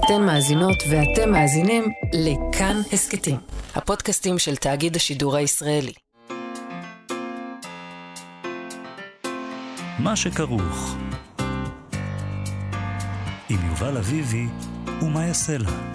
אתן מאזינות ואתם מאזינים לכאן הסקטים, הפודקאסטים של תאגיד השידור הישראלי. מה שכרוך עם יובל אביבי ומה יעשה לה.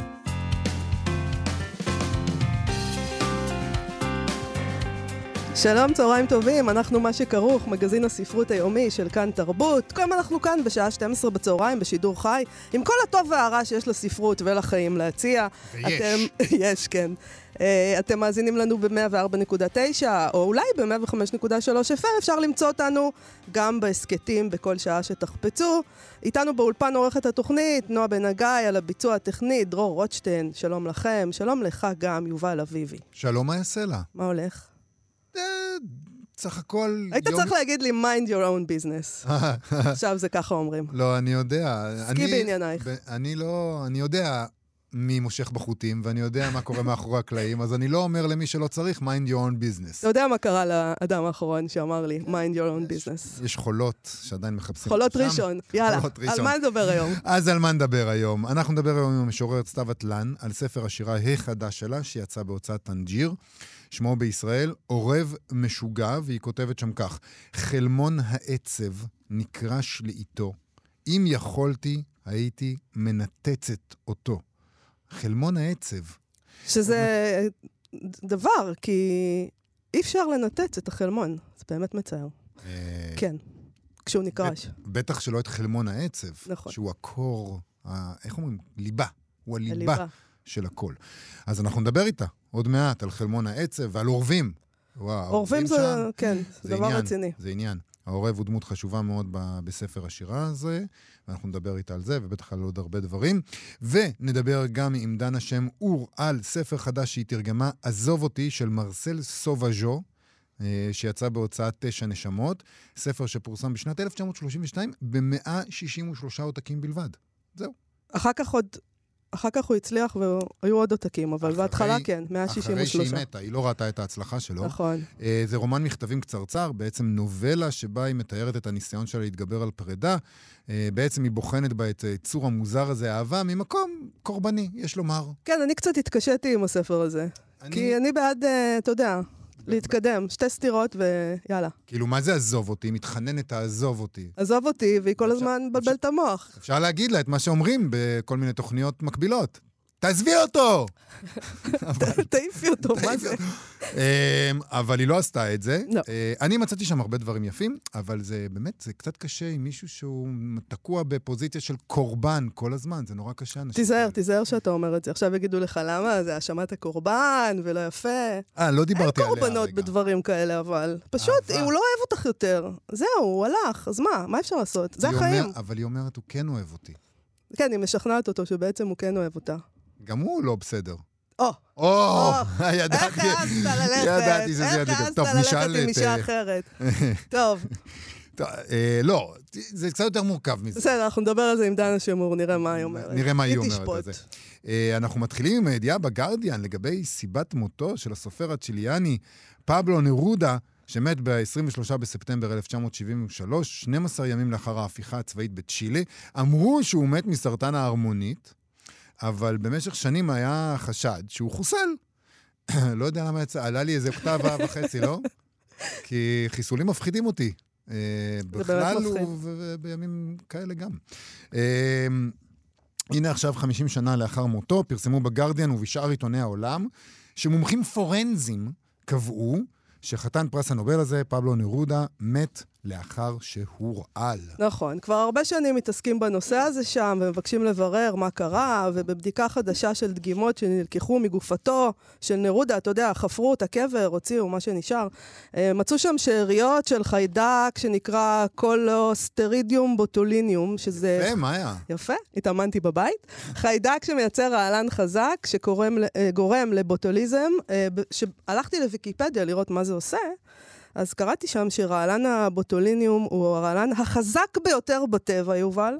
שלום, צהריים טובים, אנחנו מה שכרוך, מגזין הספרות היומי של כאן תרבות. כלומר, אנחנו כאן בשעה 12 בצהריים בשידור חי, עם כל הטוב והרע שיש לספרות ולחיים להציע. ויש. יש, כן. אתם מאזינים לנו ב-104.9, או אולי ב-105.3 FM, אפשר למצוא אותנו גם בהסקטים בכל שעה שתחפצו. איתנו באולפן עורכת התוכנית, נועה בן הגיא, על הביצוע הטכני, דרור רוטשטיין, שלום לכם, שלום לך גם, יובל אביבי. שלום, מה יעשה לה? מה הולך? צריך הכל... היית צריך להגיד לי, mind your own business. עכשיו זה ככה אומרים. לא, אני יודע. סקי בעניינייך. אני יודע מי מושך בחוטים, ואני יודע מה קורה מאחורי הקלעים, אז אני לא אומר למי שלא צריך, mind your own business. אתה יודע מה קרה לאדם האחרון שאמר לי, mind your own business? יש חולות שעדיין מחפשים. חולות ראשון. יאללה, על מה נדבר היום? אז על מה נדבר היום? אנחנו נדבר היום עם המשוררת סתיו אטלן, על ספר השירה החדש שלה, שיצא בהוצאת טנג'יר. שמו בישראל, עורב משוגע, והיא כותבת שם כך: חלמון העצב נקרש לאיתו, אם יכולתי הייתי מנתצת אותו. חלמון העצב. שזה דבר, כי אי אפשר לנתץ את החלמון, זה באמת מצער. כן, כשהוא נקרש. בטח שלא את חלמון העצב, נכון. שהוא הקור, איך אומרים? ליבה. הוא הליבה של הכל. אז אנחנו נדבר איתה עוד מעט על חלמון העצב ועל עורבים. עורבים זה, כן, זה דבר רציני. זה עניין. העורב הוא דמות חשובה מאוד בספר השירה הזה, ואנחנו נדבר איתה על זה, ובטח על עוד הרבה דברים. ונדבר גם עם דנה שם אור על ספר חדש שהיא תרגמה, עזוב אותי, של מרסל סובאז'ו, שיצא בהוצאת 9 נשמות, ספר שפורסם בשנת 1932 ב-163 עותקים בלבד. זהו. אחר כך הוא הצליח והיו עוד עותקים, אבל בהתחלה כן, 163. אחרי שהיא מתה, היא לא ראתה את ההצלחה שלו. נכון. זה רומן מכתבים קצרצר, בעצם נובלה שבה היא מתארת את הניסיון שלה להתגבר על פרידה. בעצם היא בוחנת בה את צור המוזר הזה, אהבה, ממקום קורבני, יש לומר. כן, אני קצת התקשיתי עם הספר הזה. כי אני בעד, אתה יודע, להתקדם, 2 סתירות ויאללה. כאילו, מה זה עזוב אותי? היא מתחננת, תעזוב אותי. עזוב אותי, והיא כל הזמן בלבל את המוח. אפשר להגיד לה את מה שאומרים בכל מיני תוכניות מקבילות. תעזבי אותו! תעיפי אותו, מה זה? אבל היא לא עשתה את זה. לא. אני מצאתי שם הרבה דברים יפים, אבל זה באמת, זה קצת קשה עם מישהו שהוא תקוע בפוזיציה של קורבן כל הזמן, זה נורא קשה. תיזהר שאתה אומר את זה. עכשיו יגידו לך למה, זה האשמת הקורבן ולא יפה. לא דיברתי עליה. אין קורבנות בדברים כאלה, אבל פשוט, הוא לא אוהב אותך יותר. זהו, הוא הלך, אז מה אפשר לעשות? זה החיים. אבל היא אומרת, הוא כן אוהב אותי. כן, היא משכנעת אותו שבעצם הוא כן אוהב אותה. גם הוא לא בסדר. ידעתי. ידעתי שזה ידעתי. איך העזת ללכת עם אישה אחרת? טוב. לא, זה קצת יותר מורכב מזה. בסדר, אנחנו נדבר על זה עם דנה שמור, נראה מה היא אומרת. נראה מה היא אומרת על זה. אנחנו מתחילים עם הידיעה בגרדיאן לגבי סיבת מותו של הסופר הצ'יליאני פבלו נרודה, שמת ב-23 בספטמבר 1973, 12 ימים לאחר ההפיכה הצבאית בצ'ילה. אמרו שהוא מת מסרטן ההרמונית, אבל במשך שנים היה חשד שהוא חוסל. לא יודע למה יצא, עלה לי איזה כתבה וחצי, לא? כי חיסולים מפחידים אותי. בכלל ובימים כאלה גם. הנה עכשיו 50 שנה לאחר מותו, פרסמו בגרדיאן ובשאר עיתוני העולם, שמומחים פורנזים קבעו שחתן פרס הנובל הזה, פבלו נרודה, מת לאחר שהורעל. נכון, כבר הרבה שנים מתעסקים בנושא הזה שם, ומבקשים לברר מה קרה, ובבדיקה חדשה של דגימות שנלקחו מגופתו של נרודה, אתה יודע, חפרו את הקבר, הוציאו מה שנשאר, מצאו שם שאריות של חיידק שנקרא קולוסטרידיום בוטוליניום, שזה... יפה, מה היה? יפה, התאמנתי בבית. חיידק שמייצר רעלן חזק, שגורם לבוטוליזם, שהלכתי לוויקיפדיה לראות מה זה עושה, אז קראתי שם שרעלן הבוטוליניום הוא הרעלן החזק ביותר בטבע, יובל.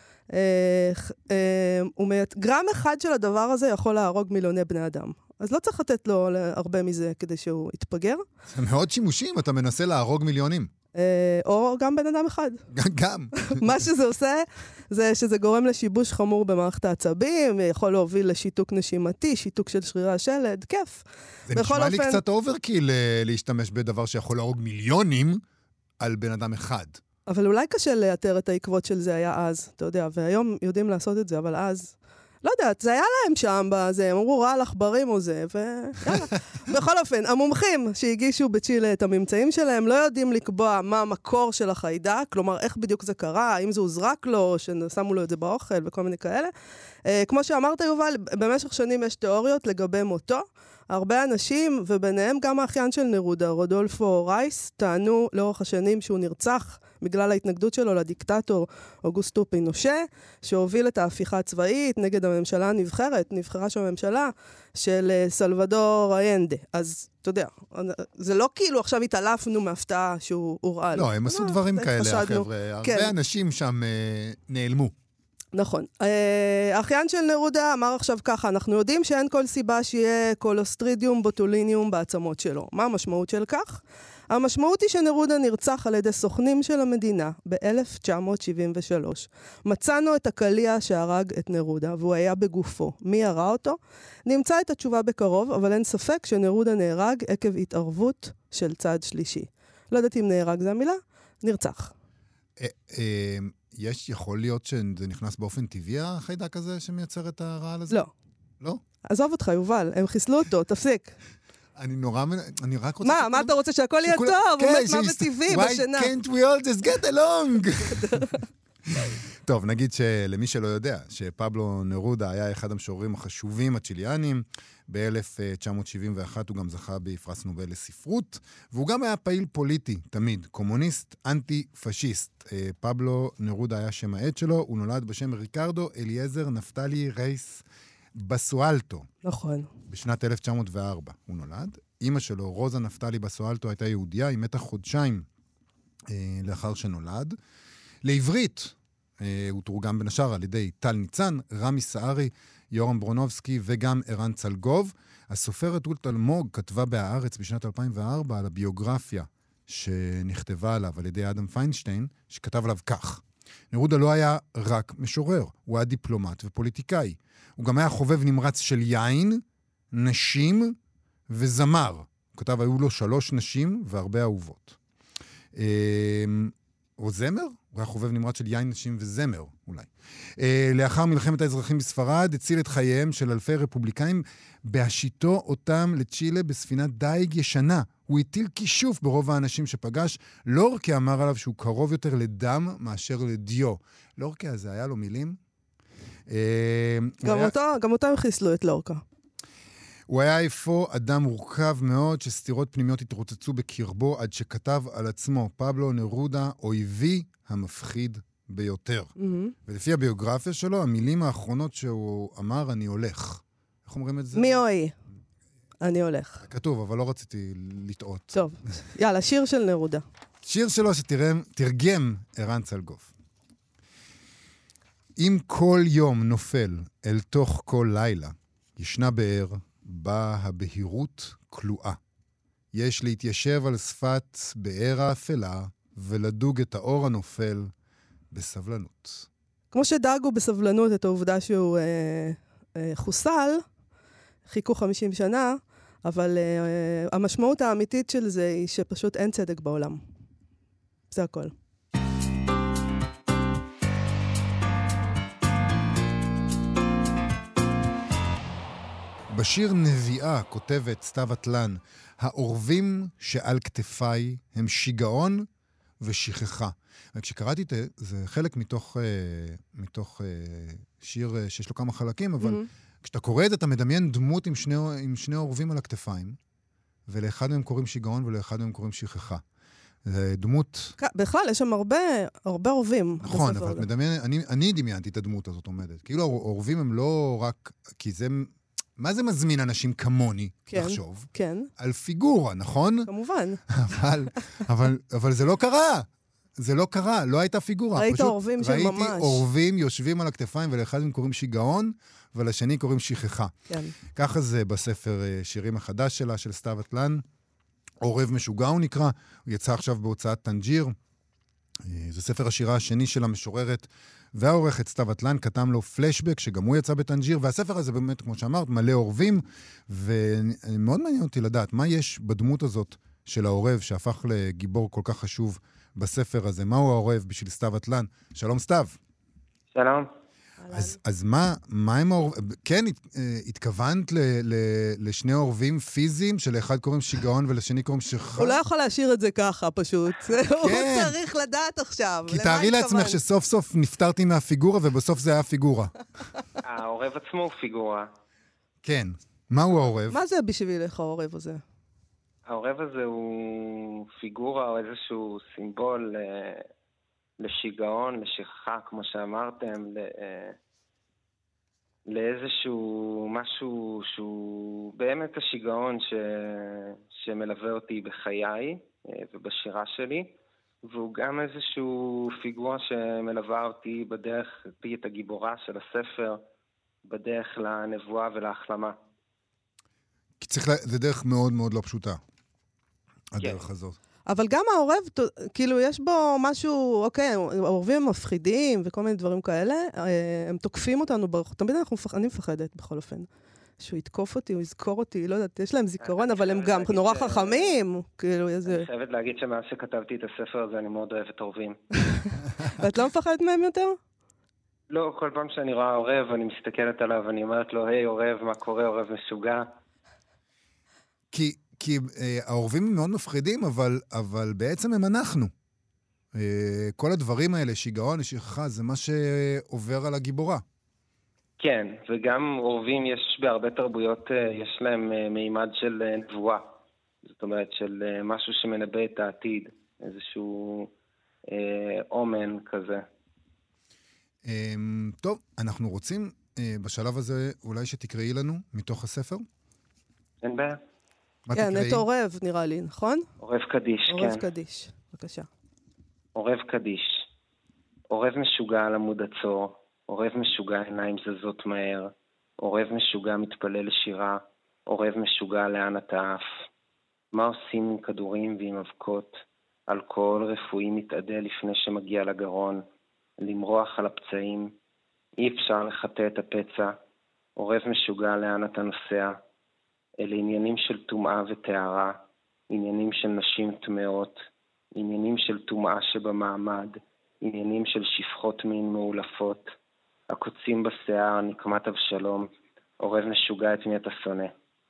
גרם אחד של הדבר הזה יכול להרוג מיליוני בני אדם. אז לא צריך לתת לו הרבה מזה כדי שהוא יתפגר. זה מאוד שימושים, אתה מנסה להרוג מיליונים. או גם בן אדם אחד. גם. מה שזה עושה, זה שזה גורם לשיבוש חמור במערכת העצבים, יכול להוביל לשיתוק נשימתי, שיתוק של שרירי השלד, כיף. זה נשמע לי קצת אוברקיל להשתמש בדבר שיכול להרוג מיליונים על בן אדם אחד. אבל אולי קשה לאתר את העקבות של זה היה אז, אתה יודע, והיום יודעים לעשות את זה, אבל אז, לא יודעת, זה היה להם שם בזה, הם אמרו רע על עכברים או זה, ויאללה. בכל אופן, המומחים שהגישו בצ'ילה את הממצאים שלהם לא יודעים לקבוע מה המקור של החיידק, כלומר, איך בדיוק זה קרה, האם זה הוזרק לו, או ששמו לו את זה באוכל וכל מיני כאלה. כמו שאמרת, יובל, במשך שנים יש תיאוריות לגבי מותו. הרבה אנשים, וביניהם גם האחיין של נרודה, רודולפו רייס, טענו לאורך השנים שהוא נרצח בגלל ההתנגדות שלו לדיקטטור אוגוסטו פינושה, שהוביל את ההפיכה הצבאית נגד הממשלה הנבחרת, נבחרה של הממשלה, של סלבדור איינדה. אז אתה יודע, זה לא כאילו עכשיו התעלפנו מהפתעה שהוא הוראה. לא, הם עשו דברים כאלה, החבר'ה. הרבה אנשים שם נעלמו. נכון. האחיין של נרודה אמר עכשיו ככה, אנחנו יודעים שאין כל סיבה שיהיה קולוסטרידיום בוטוליניום בעצמות שלו. מה המשמעות של כך? המשמעות היא שנרודה נרצח על ידי סוכנים של המדינה ב-1973. מצאנו את הקליע שהרג את נרודה, והוא היה בגופו. מי ירה אותו? נמצא את התשובה בקרוב, אבל אין ספק שנרודה נהרג עקב התערבות של צד שלישי. לא יודעת אם נהרג זה המילה, נרצח. יכול להיות שזה נכנס באופן טבעי, החיידק הזה שמייצר את הרעל הזה? לא. לא? עזוב אותך, יובל, הם חיסלו אותו, תפסיק. אני רק רוצה... מה אתה רוצה שהכל יהיה טוב? הוא מת מוות טבעי בשינה. Why can't we all just get along? טוב, נגיד שלמי שלא יודע, שפבלו נרודה היה אחד המשוררים החשובים הצ'יליאנים, ב-1971 הוא גם זכה בפרס נובל לספרות, והוא גם היה פעיל פוליטי, תמיד, קומוניסט, אנטי-פשיסט. פבלו נרודה היה שם העט שלו, הוא נולד בשם ריקרדו אליעזר נפתלי רייס בסואלטו. נכון. בשנת 1904 הוא נולד. אמא שלו, רוזה נפתלי בסואלטו, הייתה יהודיה, היא מתה חודשיים לאחר שנולד. לעברית, הוא תורגם בין השאר על ידי טל ניצן, רמי סערי, יורם ברונובסקי וגם ערן צלגוב. הסופרת רות אלמוג כתבה בהארץ בשנת 2004 על הביוגרפיה שנכתבה עליו על ידי אדם פיינשטיין, שכתב עליו כך: נרודה לא היה רק משורר, הוא היה דיפלומט ופוליטיקאי. הוא גם היה חובב נמרץ של יין, נשים וזמר. הוא כתב, היו לו 3 נשים והרבה אהובות. או זמר? הוא היה חובב נמרץ של יין, נשים וזמר, אולי. לאחר מלחמת האזרחים בספרד, הציל את חייהם של אלפי רפובליקאים, בהשיטו אותם לצ'ילה בספינת דייג ישנה. הוא הטיל כישוף ברוב האנשים שפגש, לא רק אמר עליו שהוא קרוב יותר לדם מאשר לדיו. לא רק זה היה לו מילים. גם אותו הם חיסלו את לורקה. הוא היה איפה אדם מורכב מאוד, שסתירות פנימיות התרוצצו בקרבו, עד שכתב על עצמו, פבלו נרודה, אויבי המפחיד ביותר. ולפי הביוגרפיה שלו, המילים האחרונות שהוא אמר, אני הולך. איך אומרים את זה? מי אוי? אני הולך. כתוב, אבל לא רציתי לטעות. טוב, יאללה, שיר של נרודה. שיר שלו שתרגם ערן צלגוף. אם כל יום נופל אל תוך כל לילה, ישנה באר, בה הבהירות כלואה. יש להתיישב על שפת באר האפלה, ולדוג את האור הנופל בסבלנות. כמו שדאגו בסבלנות את העובדה שהוא חוסל, חיכו 50 שנה, אבל המשמעות האמיתית של זה היא שפשוט אין צדק בעולם. זה הכל. בשיר נביאה כותבת סתיו אטלן, העורבים שעל כתפיי הם שיגעון ושכחה. וכשקראתי את זה, חלק מתוך שיר שיש לו כמה חלקים, אבל כשאתה קורא את זה, אתה מדמיין דמות עם שני עורבים על הכתפיים, ולאחד מהם קוראים שיגעון ולאחד מהם קוראים שכחה. זה דמות... בכלל, יש שם הרבה עורבים. נכון, אבל אני דמיינתי את הדמות הזאת עומדת. כאילו, העורבים הם לא רק... כי זה... מה זה מזמין אנשים כמוני לחשוב? כן. על פיגורה, נכון? כמובן. אבל זה לא קרה. זה לא קרה, לא הייתה פיגורה. ראית עורבים של ממש. ראיתי עורבים יושבים על הכתפיים, ולאחד הם קוראים שיגעון, ולשני קוראים שכחה. כן. ככה זה בספר שירים החדש שלה, של סתיו אטלן. עורב משוגע הוא נקרא, הוא יצא עכשיו בהוצאת טנג'יר. זה ספר השירה השני של המשוררת והעורכת סתיו אטלן, כתב לו פלשבק, שגם הוא יצא בטנג'יר, והספר הזה באמת, כמו שאמרת, מלא עורבים, ומאוד מעניין אותי לדעת מה יש בדמות הזאת של העורב, שהפך לגיבור כל כך חשוב בספר הזה. מהו העורב בשביל סתיו אטלן? שלום סתיו. שלום. אז מה הם העורבים? כן, התכוונת לשני עורבים פיזיים, שלאחד קוראים שיגעון ולשני קוראים שכחה? הוא לא יכול להשאיר את זה ככה פשוט. הוא צריך לדעת עכשיו. כי תארי לעצמך שסוף סוף נפטרתי מהפיגורה, ובסוף זה היה פיגורה. העורב עצמו הוא פיגורה. כן. מהו העורב? מה זה בשבילך העורב הזה? העורב הזה הוא פיגורה או איזשהו סימבול לשיגעון, לשכחה, כמו שאמרתם, לאיזשהו משהו שהוא באמת השיגעון שמלווה אותי בחיי ובשירה שלי, והוא גם איזשהו פיגורה שמלווה אותי בדרך, את הגיבורה של הספר, בדרך לנבואה ולהחלמה. כי זה דרך מאוד מאוד לא פשוטה, הדרך הזאת. אבל גם העורב, כאילו יש בו משהו, אוקיי, העורבים הם מפחידים וכל מיני דברים כאלה, הם תוקפים אותנו ברחוב, תמיד אני מפחדת בכל אופן. שהוא יתקוף אותי, הוא יזכור אותי, לא יודעת, יש להם זיכרון, אבל הם גם נורא חכמים, כאילו איזה... אני חייבת להגיד שמאז שכתבתי את הספר הזה, אני מאוד אוהבת עורבים. ואת לא מפחדת מהם יותר? לא, כל פעם שאני רואה עורב, אני מסתכלת עליו, אני אומרת לו, היי עורב, מה קורה, עורב משוגע? כי העורבים הם מאוד מפחידים, אבל בעצם הם אנחנו. כל הדברים האלה, שיגעון, שכחה, זה מה שעובר על הגיבורה. כן, וגם עורבים יש בהרבה תרבויות, יש להם מימד של נבואה. זאת אומרת, של משהו שמנבא את העתיד. איזשהו אומן כזה. טוב, אנחנו רוצים בשלב הזה אולי שתקראי לנו מתוך הספר? אין בעיה. כן, את עורב נראה לי, נכון? עורב קדיש, כן. עורב קדיש, בבקשה. עורב קדיש. עורב משוגע על עמוד הצור. עורב משוגע עיניים זזות מהר. עורב משוגע מתפלל לשירה. עורב משוגע לאן אתה עף. מה עושים עם כדורים ועם אבקות? אלכוהול רפואי מתעדה לפני שמגיע לגרון. למרוח על הפצעים. אי אפשר לחטא את הפצע. עורב משוגע לאן אתה נוסע. אלה עניינים של טומאה וטהרה, עניינים של נשים טמאות, עניינים של טומאה שבמעמד, עניינים של שפחות מין מאולפות, הקוצים בשיער, נקמת אבשלום, עורב משוגע את מי אתה שונא.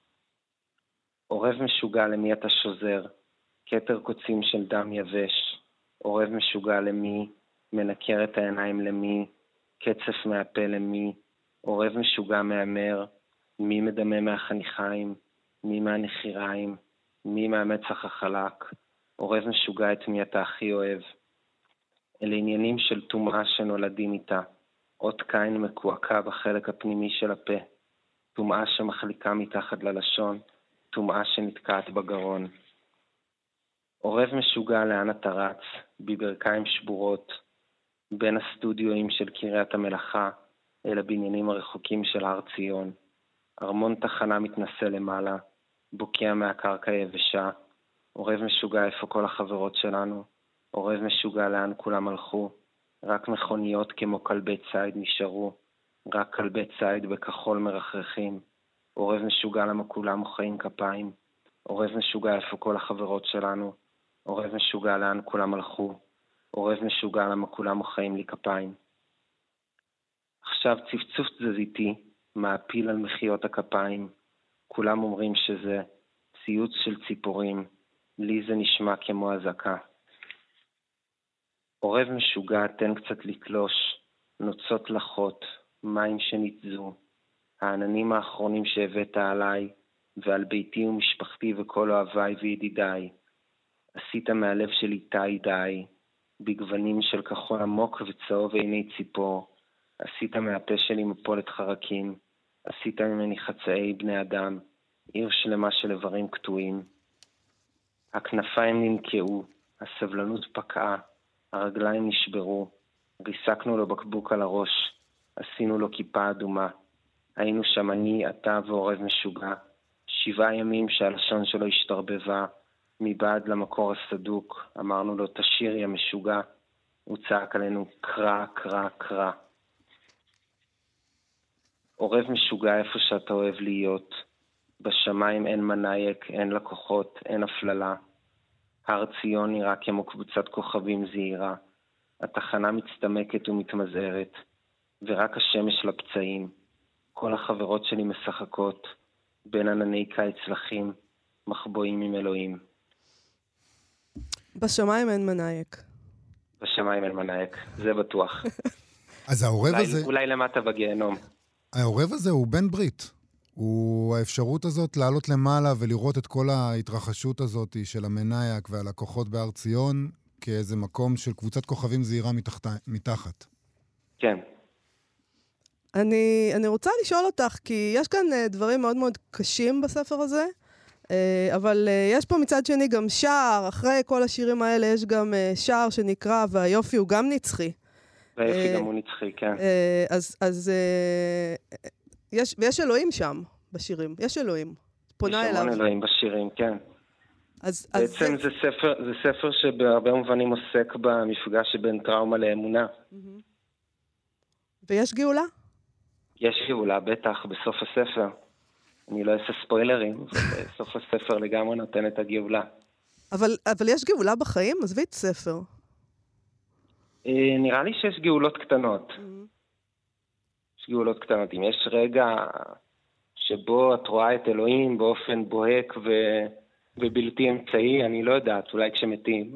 עורב משוגע למי אתה שוזר, כתר קוצים של דם יבש, עורב משוגע למי, מנקר את העיניים למי, קצף מהפה למי, עורב משוגע מאמר, מי מדמה מהחניכיים, מי מהנחיריים, מי מהמצח החלק, עורב משוגע את מי אתה הכי אוהב. אלה עניינים של טומאה שנולדים איתה, אות קין מקועקע בחלק הפנימי של הפה, טומאה שמחליקה מתחת ללשון, טומאה שנתקעת בגרון. עורב משוגע לאן אתה רץ, בברכיים שבורות, בין הסטודיואים של קריית המלאכה, אל הבניינים הרחוקים של הר ציון. ארמון תחנה מתנסה למעלה, בוקע מהקרקע יבשה, עורב משוגע איפה כל החברות שלנו, עורב משוגע לאן כולם הלכו, רק מכוניות כמו כלבי צייד נשארו, רק כלבי צייד בכחול מרחרחים, עורב משוגע למה כולם מוחאים כפיים, עורב משוגע איפה כל החברות שלנו, עורב משוגע לאן כולם הלכו, עורב משוגע למה כולם מוחאים לי כפיים. עכשיו צפצוף תזזיתי, מעפיל על מחיות הכפיים, כולם אומרים שזה ציוץ של ציפורים, לי זה נשמע כמו הזקה. עורב משוגע תן קצת לתלוש, נוצות לחות, מים שניתזו, העננים האחרונים שהבאת עליי, ועל ביתי ומשפחתי וכל אוהביי וידידיי. עשית מהלב שלי תאי די, בגוונים של כחול עמוק וצהוב עיני ציפור, עשית מהפה שלי מפולת חרקים, עשית ממני חצאי בני אדם, עיר שלמה של איברים קטועים. הכנפיים ננקעו, הסבלנות פקעה, הרגליים נשברו, ריסקנו לו בקבוק על הראש, עשינו לו כיפה אדומה. היינו שם אני, אתה ועורב משוגע, 7 ימים שהלשון שלו השתרבבה, מבעד למקור הסדוק, אמרנו לו, תשיר יא משוגע. הוא צעק עלינו, קרא, קרא, קרא. עורב משוגע איפה שאתה אוהב להיות. בשמיים אין מנייק, אין לקוחות, אין הפללה. הר ציון נראה כמו קבוצת כוכבים זהירה. התחנה מצטמקת ומתמזערת, ורק השמש לפצעים. כל החברות שלי משחקות, בין ענני קיץ לחים, מחבואים עם אלוהים. בשמיים אין מנייק. בשמיים אין מנייק, זה בטוח. אז העורב הזה... אולי למטה בגיהנום. העורב הזה הוא בן ברית. הוא האפשרות הזאת לעלות למעלה ולראות את כל ההתרחשות הזאת של המנייק והלקוחות בהר ציון כאיזה מקום של קבוצת כוכבים זהירה מתחת. כן. אני רוצה לשאול אותך, כי יש כאן דברים מאוד מאוד קשים בספר הזה, אבל יש פה מצד שני גם שער, אחרי כל השירים האלה יש גם שער שנקרא, והיופי הוא גם נצחי. והיופי גם הוא נצחי, כן. אז יש אלוהים שם בשירים, יש אלוהים. פונה אליו. יש המון אלוהים בשירים, כן. בעצם זה ספר שבהרבה מובנים עוסק במפגש שבין טראומה לאמונה. ויש גאולה? יש גאולה, בטח, בסוף הספר. אני לא אעשה ספוילרים, אבל בסוף הספר לגמרי נותן את הגאולה. אבל יש גאולה בחיים? עזבי את ספר. נראה לי שיש גאולות קטנות. יש גאולות קטנות. אם יש רגע שבו את רואה את אלוהים באופן בוהק ובלתי אמצעי, אני לא יודעת, אולי כשמתים,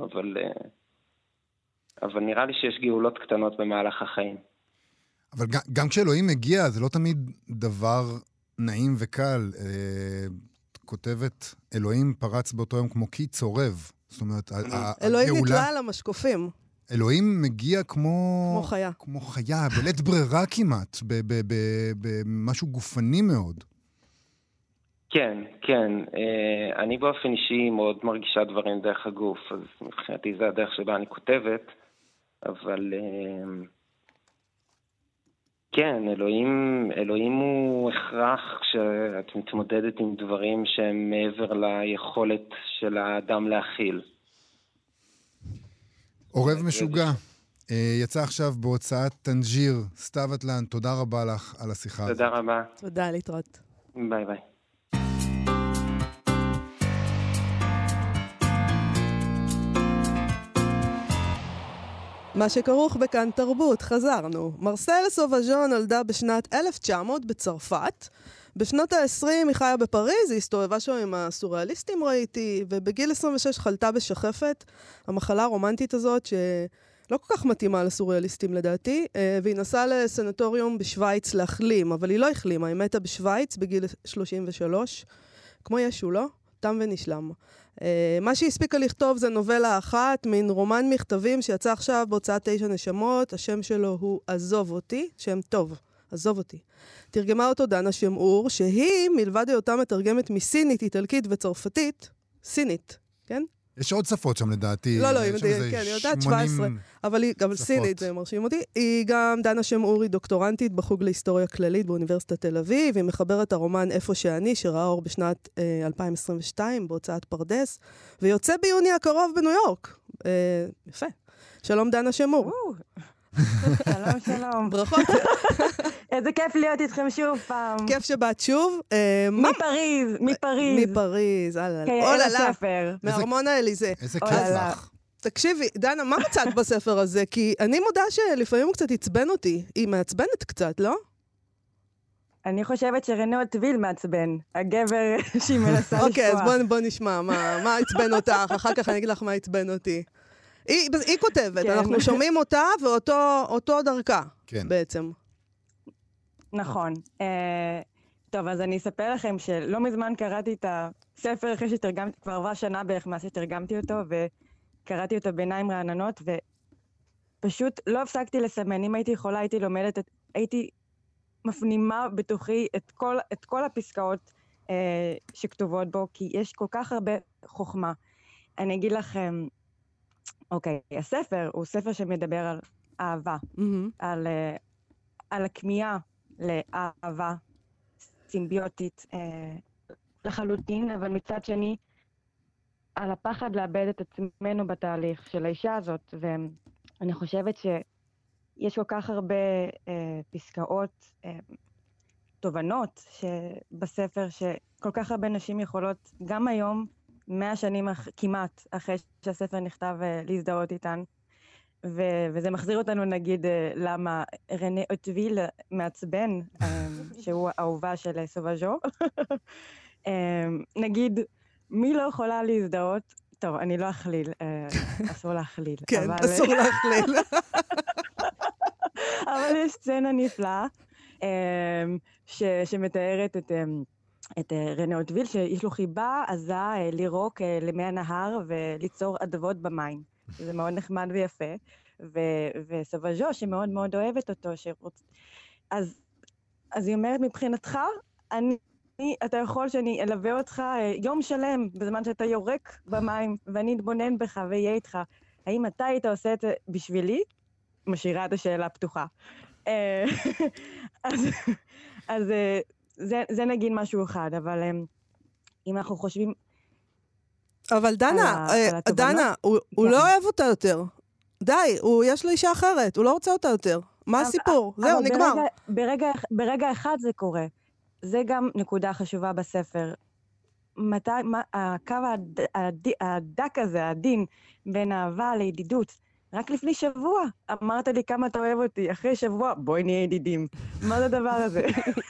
אבל נראה לי שיש גאולות קטנות במהלך החיים. אבל גם כשאלוהים מגיע, זה לא תמיד דבר נעים וקל. כותבת, אלוהים פרץ באותו יום כמו קי צורב. זאת אומרת, אלוהים נתלה על המשקופים. אלוהים מגיע כמו חיה. כמו חיה, בלית ברירה כמעט, במשהו גופני מאוד. כן, כן. אני באופן אישי מאוד מרגישה דברים דרך הגוף, אז מבחינתי זה הדרך שבה אני כותבת, אבל כן, אלוהים הוא הכרח כשאת מתמודדת עם דברים שהם מעבר ליכולת של האדם להכיל. עורב משוגע, יצא עכשיו בהוצאת טנג'יר, סתיו אטלן, תודה רבה לך על השיחה הזאת. תודה רבה. תודה, להתראות. ביי ביי. מה שכרוך בכאן תרבות, חזרנו. מרסל סובאז'ון נולדה בשנת 1900 בצרפת. בשנות ה-20 היא חיה בפריז, היא הסתובבה שם עם הסוריאליסטים ראיתי, ובגיל 26 חלתה בשחפת, המחלה הרומנטית הזאת שלא כל כך מתאימה לסוריאליסטים לדעתי, והיא נסעה לסנטוריום בשוויץ להחלים, אבל היא לא החלימה, היא מתה בשוויץ בגיל 33, כמו ישו, לא? תם ונשלם. מה שהיא הספיקה לכתוב זה נובלה אחת, מין רומן מכתבים שיצא עכשיו בהוצאת 9 נשמות, השם שלו הוא עזוב אותי, שם טוב, עזוב אותי. תרגמה אותו דנה שמעור, שהיא מלבד היותה מתרגמת מסינית, איטלקית וצרפתית, סינית, כן? יש עוד שפות שם לדעתי. לא, כן, היא יודעת 17, אבל סינית, זה מרשים אותי. היא גם דנה שמעור, היא דוקטורנטית בחוג להיסטוריה כללית באוניברסיטת תל אביב, היא מחברת הרומן איפה שאני, שראה אור בשנת 2022 בהוצאת פרדס, ויוצא ביוני הקרוב בניו יורק. יפה. שלום דנה שמעור. שלום, שלום. ברכות. איזה כיף להיות איתכם שוב פעם. כיף שבאת שוב. מפריז. אולה ספר. מארמון האליזה. איזה כיף לך. תקשיבי, דנה, מה מצאת בספר הזה? כי אני מודה שלפעמים הוא קצת עצבן אותי. היא מעצבנת קצת, לא? אני חושבת שרנו טוויל מעצבן. הגבר שהיא מנסה לשפוע. אוקיי, אז בוא נשמע. מה עצבן אותך? אחר כך אני אגיד לך מה עצבן אותי. היא כותבת, אנחנו שומעים אותה ואותו דרכה, בעצם. נכון. טוב, אז אני אספר לכם שלא מזמן קראתי את הספר אחרי שתרגמתי, כבר עברה שנה בערך מאז שתרגמתי אותו, וקראתי אותו בעיניים רעננות, ופשוט לא הפסקתי לסמן. אם הייתי יכולה, הייתי לומדת, הייתי מפנימה בתוכי את כל הפסקאות שכתובות בו, כי יש כל כך הרבה חוכמה. אני אגיד לכם, אוקיי, הספר הוא ספר שמדבר על אהבה, על הכמיהה לאהבה סימביוטית לחלוטין, אבל מצד שני, על הפחד לאבד את עצמנו בתהליך של האישה הזאת, ואני חושבת שיש כל כך הרבה פסקאות, תובנות בספר, שכל כך הרבה נשים יכולות, גם היום, 100 שנים כמעט אחרי שהספר נכתב, להזדהות איתן. וזה מחזיר אותנו, נגיד, למה רנה אוטוויל מעצבן, שהוא האהובה של סובאז'ו. נגיד, מי לא יכולה להזדהות? טוב, אני לא אכליל, אסור להכליל. כן, אסור להכליל. אבל יש סצנה נפלאה, שמתארת את רנה אוטוויל, שיש לו חיבה עזה לירוק למי הנהר וליצור אדוות במים. זה מאוד נחמד ויפה. וסובאז'ו, שמאוד מאוד אוהבת אותו, אז היא אומרת, מבחינתך, אתה יכול שאני אלווה אותך יום שלם, בזמן שאתה יורק במים, ואני אתבונן בך ואהיה איתך. האם אתה היית עושה את זה בשבילי? משאירה את השאלה פתוחה. אז זה נגיד משהו אחד, אבל אם אנחנו חושבים... אבל דנה, הוא לא אוהב אותה יותר. די, יש לו אישה אחרת, הוא לא רוצה אותה יותר. מה הסיפור? זהו, נגמר. ברגע אחד זה קורה. זה גם נקודה חשובה בספר. הקו הדק הזה, הדין, בין אהבה לידידות. רק לפני שבוע אמרת לי כמה אתה אוהב אותי, אחרי שבוע, בואי נהיה ידידים. מה זה הדבר הזה?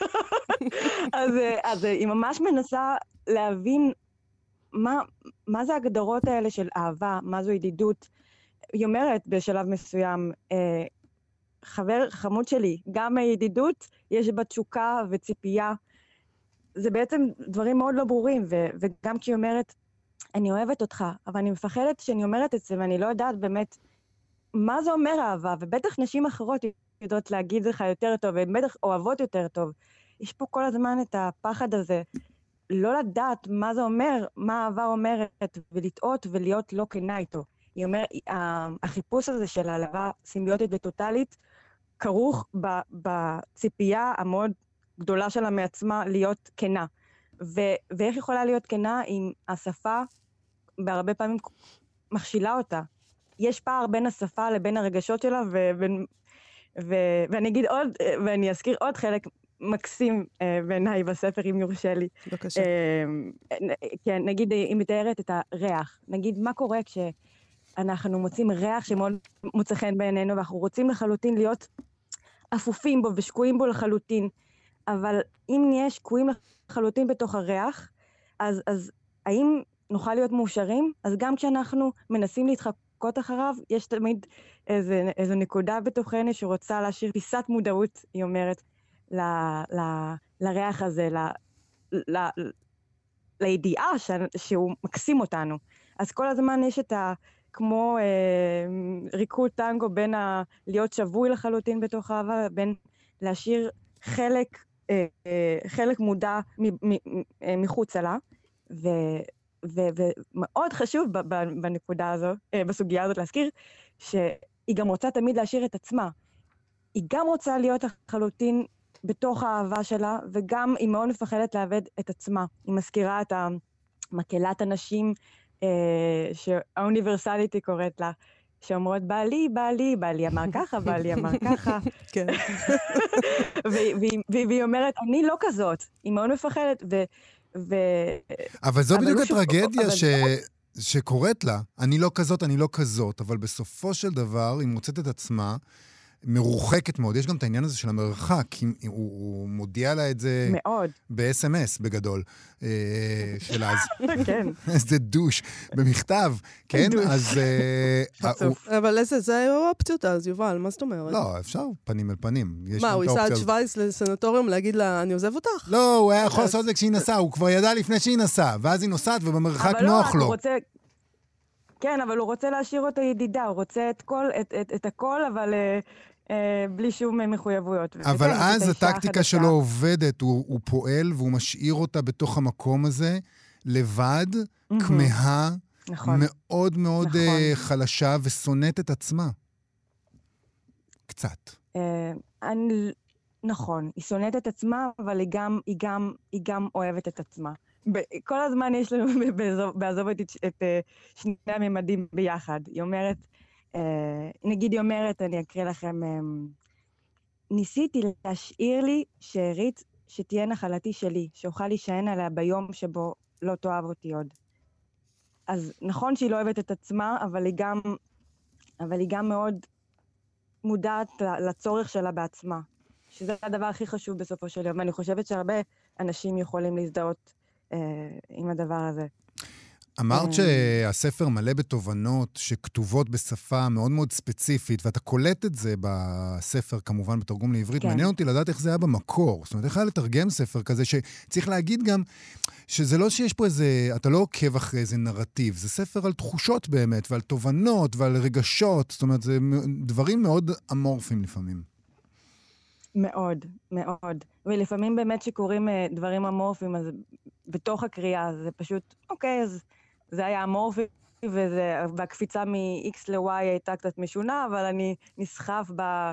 אז היא ממש מנסה להבין מה זה ההגדרות האלה של אהבה, מה זו ידידות. היא אומרת בשלב מסוים, חבר חמוד שלי, גם הידידות יש בה תשוקה וציפייה. זה בעצם דברים מאוד לא ברורים, וגם כי היא אומרת, אני אוהבת אותך, אבל אני מפחדת שאני אומרת את זה, ואני לא יודעת באמת מה זה אומר אהבה, ובטח נשים אחרות יודעות להגיד לך יותר טוב, והן בטח אוהבות יותר טוב. יש פה כל הזמן את הפחד הזה, לא לדעת מה זה אומר, מה אהבה אומרת, ולטעות ולהיות לא כנה איתו. היא אומרת, החיפוש הזה של העלבה סימביוטית וטוטלית, כרוך בציפייה המאוד גדולה שלה מעצמה להיות כנה. ואיך יכולה להיות כנה אם השפה בהרבה פעמים מכשילה אותה? יש פער בין השפה לבין הרגשות שלה, ואני אגיד עוד, ואני אזכיר עוד חלק מקסים בעיניי בספר, אם יורשה לי. בבקשה. כן, נגיד, היא מתארת את הריח. נגיד, מה קורה כשאנחנו מוצאים ריח שמאוד מוצא חן בעינינו, ואנחנו רוצים לחלוטין להיות אפופים בו ושקועים בו לחלוטין. אבל אם נהיה שקועים לחלוטין בתוך הריח, אז האם נוכל להיות מאושרים? אז גם כשאנחנו מנסים להתחקות אחריו, יש תמיד איזו נקודה בתוכנו שרוצה להשאיר פיסת מודעות, היא אומרת, לריח הזה, לידיעה שהוא מקסים אותנו. אז כל הזמן יש כמו ריקוד טנגו בין להיות שבוי לחלוטין בתוך אהבה, בין להשאיר חלק מודע מחוץ לה, ומאוד חשוב בנקודה הזו, בסוגיה הזאת להזכיר, שהיא גם רוצה תמיד להשאיר את עצמה. היא גם רוצה להיות לחלוטין בתוך האהבה שלה, וגם היא מאוד מפחדת לאבד את עצמה. היא מזכירה את מקהלת הנשים, שהאוניברסליטי קוראת לה, שאומרות, בעלי אמר ככה, בעלי אמר ככה. כן. והיא אומרת, אני לא כזאת. היא מאוד מפחדת, אבל זו בדיוק הטרגדיה שקוראת לה. אני לא כזאת, אני לא כזאת, אבל בסופו של דבר היא מוצאת את עצמה, מרוחקת מאוד. יש גם את העניין הזה של המרחק, הוא מודיע לה את זה ב-SMS בגדול, של אז. כן. זה דוש, במכתב, כן? אז... אבל זה היו אופציות אז, יובל, מה זאת אומרת? לא, אפשר פנים אל פנים. מה, הוא ייסע עד שווייץ לסנטוריום להגיד לה, אני עוזב אותך? לא, הוא היה יכול לעשות את זה כשהיא נסעה, הוא כבר ידע לפני שהיא נסעה, ואז היא נוסעת ובמרחק נוח לו. כן, אבל הוא רוצה להשאיר אותה ידידה, הוא רוצה את הכל, אבל בלי שום מחויבויות. אבל אז הטקטיקה שלו עובדת, הוא פועל והוא משאיר אותה בתוך המקום הזה, לבד, כמהה, מאוד מאוד חלשה ושונאת את עצמה. קצת. נכון, היא שונאת את עצמה, אבל היא גם אוהבת את עצמה. כל הזמן יש לנו בעזוב את שני הממדים ביחד. היא אומרת, נגיד היא אומרת, אני אקריא לכם, ניסיתי להשאיר לי שארית שתהיה נחלתי שלי, שאוכל להישען עליה ביום שבו לא תאהב אותי עוד. אז נכון שהיא לא אוהבת את עצמה, אבל היא גם מאוד מודעת לצורך שלה בעצמה, שזה הדבר הכי חשוב בסופו של יום, ואני חושבת שהרבה אנשים יכולים להזדהות עם הדבר הזה. אמרת שהספר מלא בתובנות שכתובות בשפה מאוד מאוד ספציפית, ואתה קולט את זה בספר, כמובן בתרגום לעברית. כן. מעניין אותי לדעת איך זה היה במקור. זאת אומרת, איך היה לתרגם ספר כזה, שצריך להגיד גם שזה לא שיש פה איזה, אתה לא עוקב אחרי איזה נרטיב, זה ספר על תחושות באמת, ועל תובנות, ועל רגשות. זאת אומרת, זה דברים מאוד אמורפיים לפעמים. מאוד, מאוד. ולפעמים באמת שקוראים דברים אמורפיים, אז בתוך הקריאה זה פשוט, אוקיי, אז זה היה אמורפי, והקפיצה מ-X ל-Y הייתה קצת משונה, אבל אני נסחף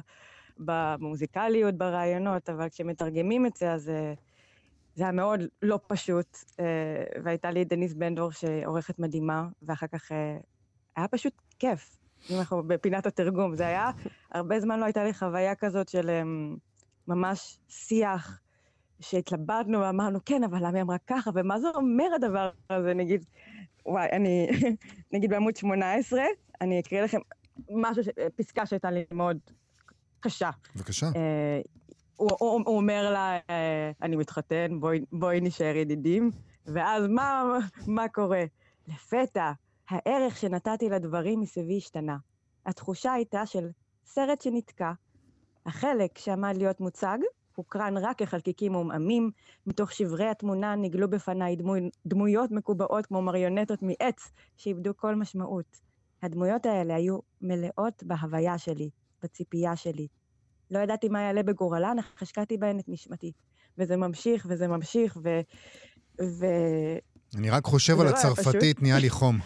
במוזיקליות, ברעיונות, אבל כשמתרגמים את זה, אז זה היה מאוד לא פשוט, והייתה לי דניס בנדור שעורכת מדהימה, ואחר כך היה פשוט כיף, אם אנחנו בפינת התרגום. זה היה, הרבה זמן לא הייתה לי חוויה כזאת של ממש שיח, שהתלבטנו ואמרנו, כן, אבל למה היא אמרה ככה, ומה זה אומר הדבר הזה, נגיד, וואי, נגיד בעמוד 18, אני אקריא לכם פסקה שהייתה לי מאוד קשה. בבקשה. הוא אומר לה, אני מתחתן, בואי נשאר ידידים, ואז מה קורה? לפתע, הערך שנתתי לדברים מסביבי השתנה. התחושה הייתה של סרט שנתקע, החלק שעמד להיות מוצג, הוקרן רק כחלקיקים מעומעמים, מתוך שברי התמונה נגלו בפניי דמויות מקובעות כמו מריונטות מעץ, שאיבדו כל משמעות. הדמויות האלה היו מלאות בהוויה שלי, בציפייה שלי. לא ידעתי מה יעלה בגורלן, אך השקעתי בהן את נשמתי. וזה ממשיך, וזה ממשיך, אני רק חושב על הצרפתית, נהיה לי חום.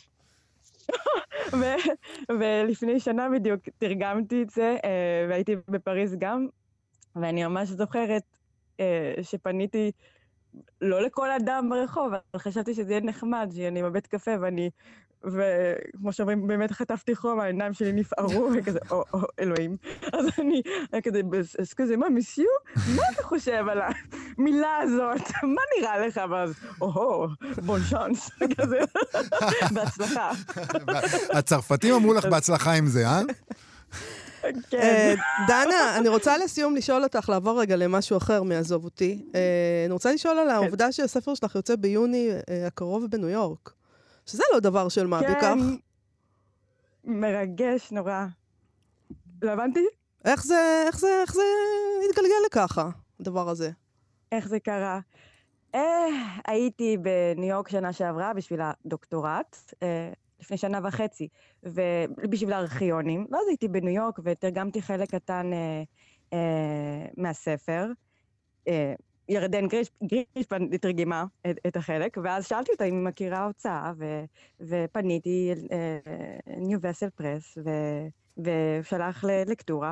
ולפני שנה בדיוק תרגמתי את זה, והייתי בפריז גם, ואני ממש זוכרת שפניתי לא לכל אדם ברחוב, אבל חשבתי שזה יהיה נחמד, שאני בבית קפה, וכמו שאומרים, באמת חטפתי חום, העיניים שלי נפערו, וכזה, או, אלוהים. אז אני כזה, אז כזה, מה, מיסיו? מה אתה חושב על המילה הזאת? מה נראה לך? ואז, בון שאנס, כזה, בהצלחה. הצרפתים אמרו לך בהצלחה עם זה, אה? כן. דנה, אני רוצה לסיום לשאול אותך, לעבור רגע למשהו אחר מעזוב אותי. אני רוצה לשאול על העובדה שהספר שלך יוצא ביוני הקרוב בניו יורק. שזה לא דבר של מה בכך. כן, מרגש נורא. לא הבנתי? איך זה התגלגל לככה, הדבר הזה? איך זה קרה? הייתי בניו יורק שנה שעברה בשביל הדוקטורט, לפני שנה וחצי, ובשביל הארכיונים. ואז הייתי בניו יורק ותרגמתי חלק קטן מהספר. ירדן גרישפן תרגמה את החלק, ואז שאלתי אותה אם היא מכירה הוצאה, ופניתי ניו וסל פרס, ושלח ללקטורה,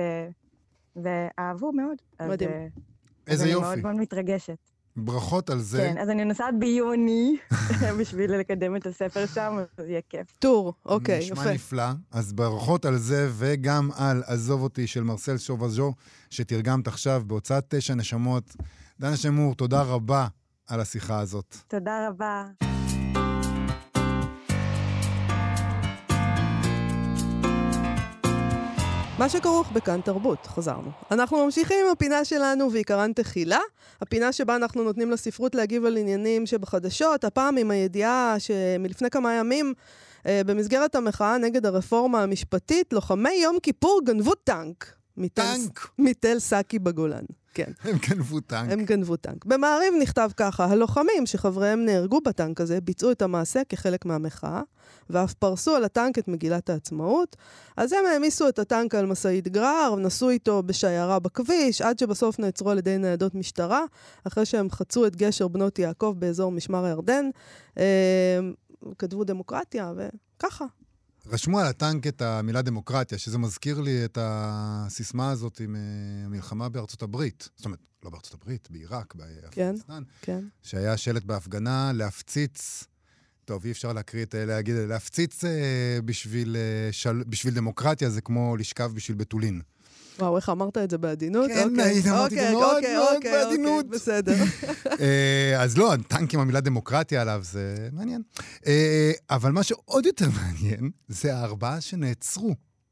ואהבו מאוד. מדהים. איזה יופי. אז אני מאוד מאוד מתרגשת. ברכות על זה. כן, אז אני נוסעת ביוני בשביל לקדם את הספר שם, אז יהיה כיף. טור, אוקיי, יפה. נשמע נפלא. אז ברכות על זה, וגם על עזוב אותי של מרסל שובז'ו, שתרגמת עכשיו בהוצאת 9 נשמות. דנה שמור, תודה רבה על השיחה הזאת. תודה רבה. מה שכרוך בכאן תרבות, חזרנו. אנחנו ממשיכים עם הפינה שלנו ועיקרן תחילה, הפינה שבה אנחנו נותנים לספרות להגיב על עניינים שבחדשות, הפעם עם הידיעה שמלפני כמה ימים, במסגרת המחאה נגד הרפורמה המשפטית, לוחמי יום כיפור גנבו טנק. טנק? מתל סאקי בגולן. כן. הם גנבו טנק. הם גנבו טנק. במעריב נכתב ככה, הלוחמים שחבריהם נהרגו בטנק הזה, ביצעו את המעשה כחלק מהמחאה, ואף פרסו על הטנק את מגילת העצמאות. אז הם העמיסו את הטנק על משאית גרר, נסעו איתו בשיירה בכביש, עד שבסוף נעצרו על ידי ניידות משטרה, אחרי שהם חצו את גשר בנות יעקב באזור משמר הירדן, כתבו דמוקרטיה וככה. רשמו על הטנק את המילה דמוקרטיה, שזה מזכיר לי את הסיסמה הזאת עם המלחמה בארצות הברית. זאת אומרת, לא בארצות הברית, בעיראק, באפגניסטן. כן. שהיה שלט בהפגנה להפציץ, טוב, אי אפשר להגיד, להפציץ בשביל דמוקרטיה, זה כמו לשכב בשביל בתולין. וואו, איך אמרת את זה בעדינות? כן, אמרתי את זה מאוד מאוד בעדינות. בסדר. אז לא, טנק עם המילה דמוקרטיה עליו, זה מעניין. אבל מה שעוד יותר מעניין, זה 4 שנעצרו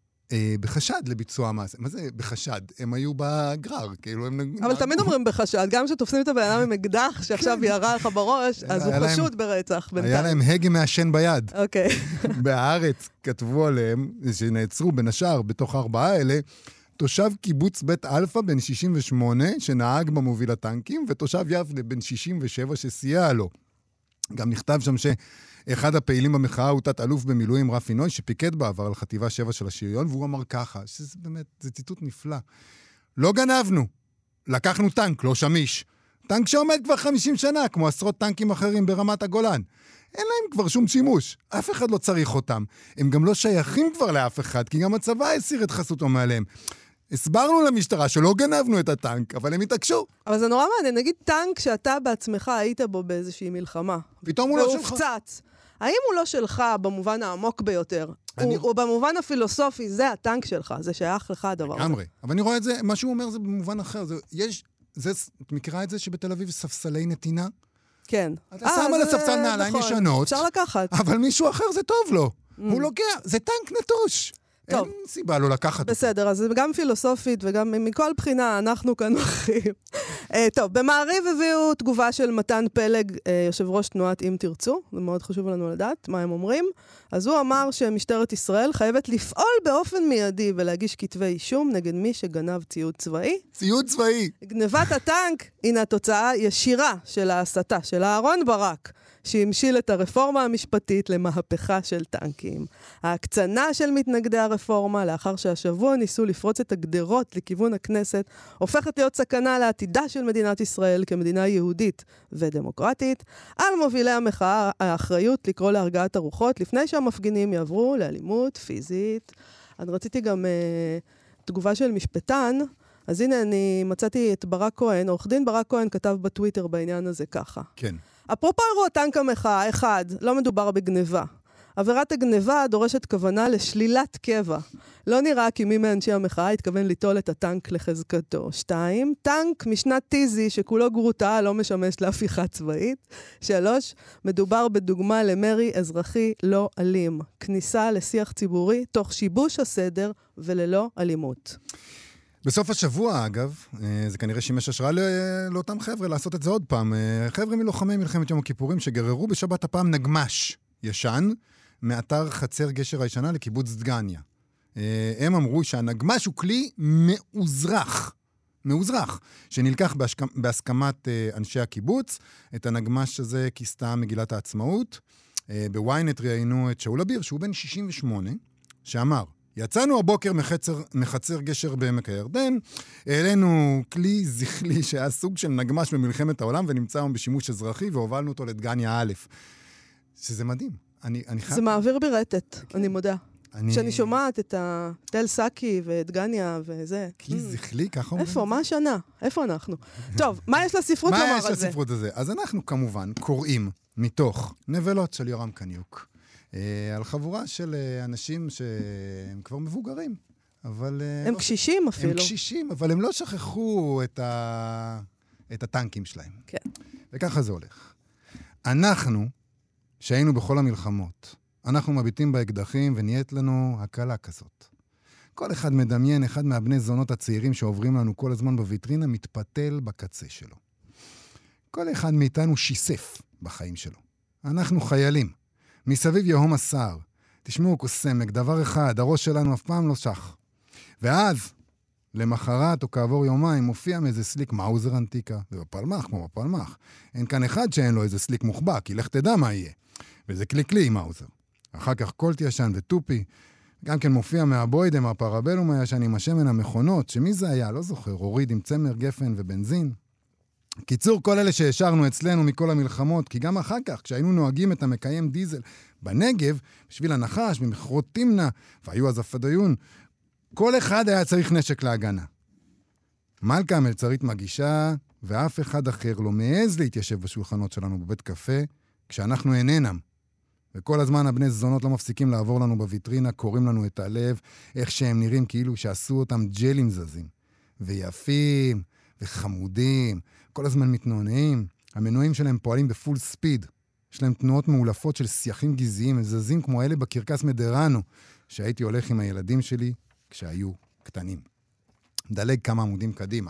בחשד לביצוע המעשה. מה זה בחשד? הם היו בגרר, כאילו הם... אבל תמיד אומרים בחשד, גם כשתופסים את הבן אדם עם אקדח, שעכשיו ירה לך בראש, אז הוא חשוד ברצח בינתיים. היה להם הגה מעשן ביד. אוקיי. בהארץ כתבו עליהם, שנעצרו בין השאר, בתוך 4 האלה, תושב קיבוץ בית אלפא בן 68, שנהג במוביל הטנקים, ותושב יבנה בן 67 שסייע לו. גם נכתב שם שאחד הפעילים במחאה הוא תת-אלוף במילואים רפי נוי, שפיקד בעבר על חטיבה 7 של השריון, והוא אמר ככה, שזה באמת, זה ציטוט נפלא. לא גנבנו, לקחנו טנק, לא שמיש. טנק שעומד כבר 50 שנה, כמו עשרות טנקים אחרים ברמת הגולן. אין להם כבר שום שימוש, אף אחד לא צריך אותם. הם גם לא שייכים כבר לאף אחד, כי גם הצבא הסיר את חסותו מעליהם. הסברנו למשטרה שלא גנבנו את הטנק, אבל הם התעקשו. אבל זה נורא מעניין, נגיד טנק שאתה בעצמך היית בו באיזושהי מלחמה. פתאום הוא לא שלך. והופצץ. האם הוא לא שלך במובן העמוק ביותר? או במובן הפילוסופי, זה הטנק שלך, זה שייך לך הדבר הזה. אמרי, אבל אני רואה את זה, מה שהוא אומר זה במובן אחר. את מכירה את זה שבתל אביב ספסלי נתינה? כן. אתה שם על הספסל נעליים ישנות, אפשר לקחת. אבל מישהו אחר זה טוב לו. הוא לוקח, זה טנק נטוש. אין סיבה לא לקחת. בסדר, אז גם פילוסופית וגם מכל בחינה אנחנו כאן אחים. טוב, במעריב הביאו תגובה של מתן פלג, יושב ראש תנועת אם תרצו, זה מאוד חשוב לנו לדעת מה הם אומרים. אז הוא אמר שמשטרת ישראל חייבת לפעול באופן מיידי ולהגיש כתבי אישום נגד מי שגנב ציוד צבאי. ציוד צבאי. גנבת הטנק הינה תוצאה ישירה של ההסתה של אהרון ברק, שהמשיל את הרפורמה המשפטית למהפכה של טנקים. ההקצנה של מתנגדי הרפורמה, לאחר שהשבוע ניסו לפרוץ את הגדרות לכיוון הכנסת, הופכת להיות סכנה לעתידה של מדינת ישראל כמדינה יהודית ודמוקרטית. על מובילי המחאה האחריות לקרוא להרגעת הרוחות, לפני שהמפגינים יעברו לאלימות פיזית. אני רציתי גם תגובה של משפטן, אז הנה אני מצאתי את ברק כהן, עורך דין ברק כהן כתב בטוויטר בעניין הזה ככה. כן. אפרופו אירוע טנק המחאה, 1, לא מדובר בגניבה. עבירת הגניבה דורשת כוונה לשלילת קבע. לא נראה כי מי מאנשי המחאה התכוון ליטול את הטנק לחזקתו. 2, טנק משנת טיזי שכולו גרוטה לא משמש להפיכה צבאית. 3, מדובר בדוגמה למרי אזרחי לא אלים. כניסה לשיח ציבורי תוך שיבוש הסדר וללא אלימות. בסוף השבוע, אגב, זה כנראה שימש השראה לאותם חבר'ה לעשות את זה עוד פעם. חבר'ה מלוחמי מלחמת יום הכיפורים שגררו בשבת הפעם נגמש ישן מאתר חצר גשר הישנה לקיבוץ דגניה. הם אמרו שהנגמש הוא כלי מאוזרח, שנלקח בהסכמת אנשי הקיבוץ. את הנגמש הזה כיסתה מגילת העצמאות. בוויינט ראיינו את שאול אביר, שהוא בן 68, שאמר, יצאנו הבוקר מחצר גשר בעמק הירדן, העלינו כלי זכלי שהיה סוג של נגמש במלחמת העולם, ונמצא היום בשימוש אזרחי, והובלנו אותו לדגניה א'. שזה מדהים. זה מעביר ברטט, אני מודה. כשאני שומעת את תל סקי ודגניה וזה. כלי זכלי, ככה אומרים? איפה? מה השנה? איפה אנחנו? טוב, מה יש לספרות לומר על זה? מה יש לספרות הזה? אז אנחנו כמובן קוראים מתוך נבלות של יורם קניוק. על חבורה של אנשים שהם כבר מבוגרים, אבל... הם קשישים אפילו. הם קשישים, אבל הם לא שכחו את הטנקים שלהם. כן. וככה זה הולך. אנחנו, שהיינו בכל המלחמות, אנחנו מביטים באקדחים ונהיית לנו הקלה כזאת. כל אחד מדמיין, אחד מהבני זונות הצעירים שעוברים לנו כל הזמן בוויטרינה, מתפתל בקצה שלו. כל אחד מאיתנו שיסף בחיים שלו. אנחנו חיילים. מסביב יהום הסער. תשמעו קוסמק, דבר אחד, הראש שלנו אף פעם לא שח. ואז, למחרת או כעבור יומיים, מופיע מאיזה סליק מאוזר אנטיקה. זה בפלמח, כמו בפלמח. אין כאן אחד שאין לו איזה סליק מוחבא, כי לך תדע מה יהיה. וזה קליקלי מאוזר. אחר כך קולט ישן וטופי. גם כן מופיע מהבוידם, הפרבלום הישן עם השמן המכונות, שמי זה היה? לא זוכר. הוריד עם צמר, גפן ובנזין. קיצור, כל אלה שהשארנו אצלנו מכל המלחמות, כי גם אחר כך, כשהיינו נוהגים את המקיים דיזל בנגב, בשביל הנחש, במחרות תמנה, והיו אז הפדיון, כל אחד היה צריך נשק להגנה. מלכה המלצרית מגישה, ואף אחד אחר לא מעז להתיישב בשולחנות שלנו בבית קפה, כשאנחנו איננם. וכל הזמן הבני זונות לא מפסיקים לעבור לנו בוויטרינה, קוראים לנו את הלב, איך שהם נראים כאילו שעשו אותם ג'לים זזים. ויפים, וחמודים, כל הזמן מתנוענעים. המנועים שלהם פועלים בפול ספיד. יש להם תנועות מעולפות של סייחים גזעיים, הם זזים כמו אלה בקרקס מדרנו, שהייתי הולך עם הילדים שלי כשהיו קטנים. דלג כמה עמודים קדימה.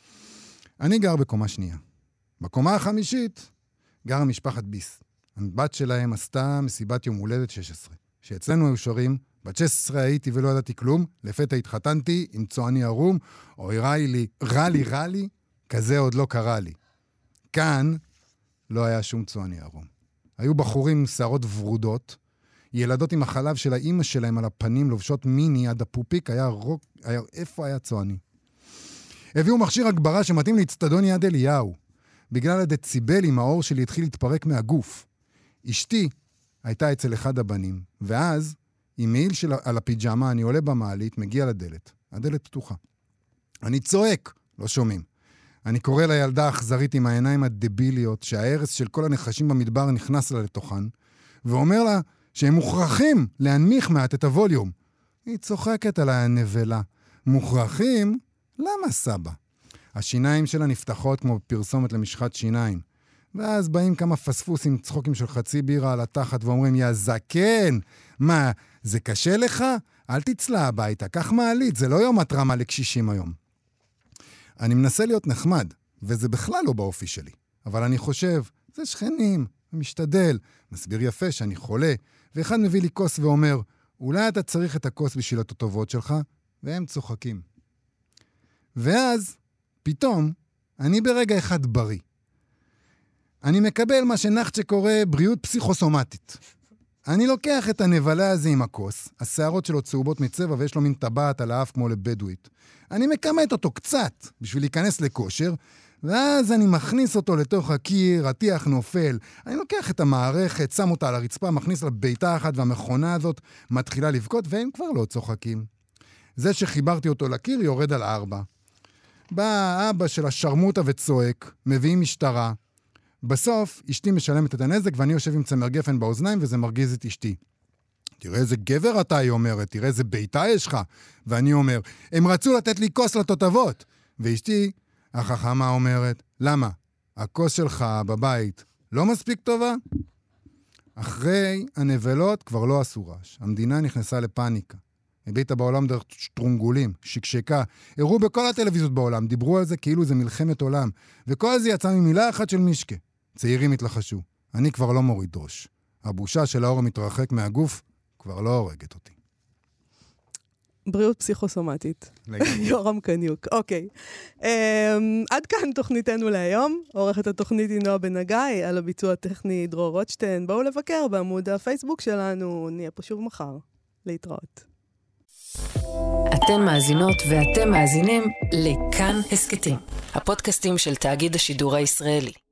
אני גר בקומה שנייה. בקומה החמישית גרה משפחת ביס. הבת שלהם עשתה מסיבת יום הולדת 16. שאצלנו היו שרים, בת 16 הייתי ולא ידעתי כלום, לפתע התחתנתי עם צועני ערום, או רע לי, כזה עוד לא קרה לי. כאן לא היה שום צועני ערום. היו בחורים עם שערות ורודות, ילדות עם החלב של האמא שלהם על הפנים, לובשות מיני עד הפופיק, איפה היה צועני? הביאו מכשיר הגברה שמתאים להצטדון יד אליהו. בגלל הדציבלים האור שלי התחיל להתפרק מהגוף. אשתי הייתה אצל אחד הבנים, ואז עם מעיל על הפיג'מה אני עולה במעלית, מגיע לדלת. הדלת פתוחה. אני צועק, לא שומעים. אני קורא לילדה האכזרית עם העיניים הדביליות, שההרס של כל הנחשים במדבר נכנס לה לתוכן, ואומר לה שהם מוכרחים להנמיך מעט את הווליום. היא צוחקת על הנבלה. מוכרחים? למה סבא? השיניים שלה נפתחות כמו פרסומת למשחת שיניים. ואז באים כמה פספוסים צחוקים של חצי בירה על התחת ואומרים, יא זקן, מה, זה קשה לך? אל תצלע הביתה, כך מעלית, זה לא יום התרמה לקשישים היום. אני מנסה להיות נחמד, וזה בכלל לא באופי שלי. אבל אני חושב, זה שכנים, משתדל, מסביר יפה שאני חולה, ואחד מביא לי כוס ואומר, אולי אתה צריך את הכוס בשביל התותובות שלך, והם צוחקים. ואז, פתאום, אני ברגע אחד בריא. אני מקבל מה שנחצ'ה קורא בריאות פסיכוסומטית. אני לוקח את הנבלה הזה עם הכוס, השערות שלו צהובות מצבע ויש לו מין טבעת על האף כמו לבדואית. אני מקמת אותו קצת בשביל להיכנס לכושר, ואז אני מכניס אותו לתוך הקיר, התיח נופל. אני לוקח את המערכת, שם אותה על הרצפה, מכניס לה ביתה אחת והמכונה הזאת מתחילה לבכות והם כבר לא צוחקים. זה שחיברתי אותו לקיר יורד על 4. בא אבא של השרמוטה וצועק, מביאים משטרה. בסוף, אשתי משלמת את הנזק, ואני יושב עם צמר גפן באוזניים, וזה מרגיז את אשתי. תראה איזה גבר אתה, היא אומרת, תראה איזה ביתה יש לך. ואני אומר, הם רצו לתת לי כוס לתותבות. ואשתי, החכמה אומרת, למה? הכוס שלך בבית לא מספיק טובה? אחרי הנבלות כבר לא עשו רעש. המדינה נכנסה לפאניקה. הביטה בעולם דרך שטרונגולים, שקשקה. הראו בכל הטלוויזיות בעולם, דיברו על זה כאילו זה מלחמת עולם. וכל זה יצא ממילה אחת של משקה. צעירים התלחשו. אני כבר לא מוריד ראש. הבושה של האור המתרחק מהגוף כבר לא הורגת אותי. בריאות פסיכוסומטית. יורם קניוק. אוקיי. עד כאן תוכניתנו להיום. עורכת התוכנית היא נועה בן גיא, על הביצוע הטכני דרור רוטשטיין. בואו לבקר בעמוד הפייסבוק שלנו. נהיה פה שוב מחר. להתראות. אתן מאזינות ואתם מאזינים לכאן הסקטים, הפודקאסטים של תאגיד השידור הישראלי.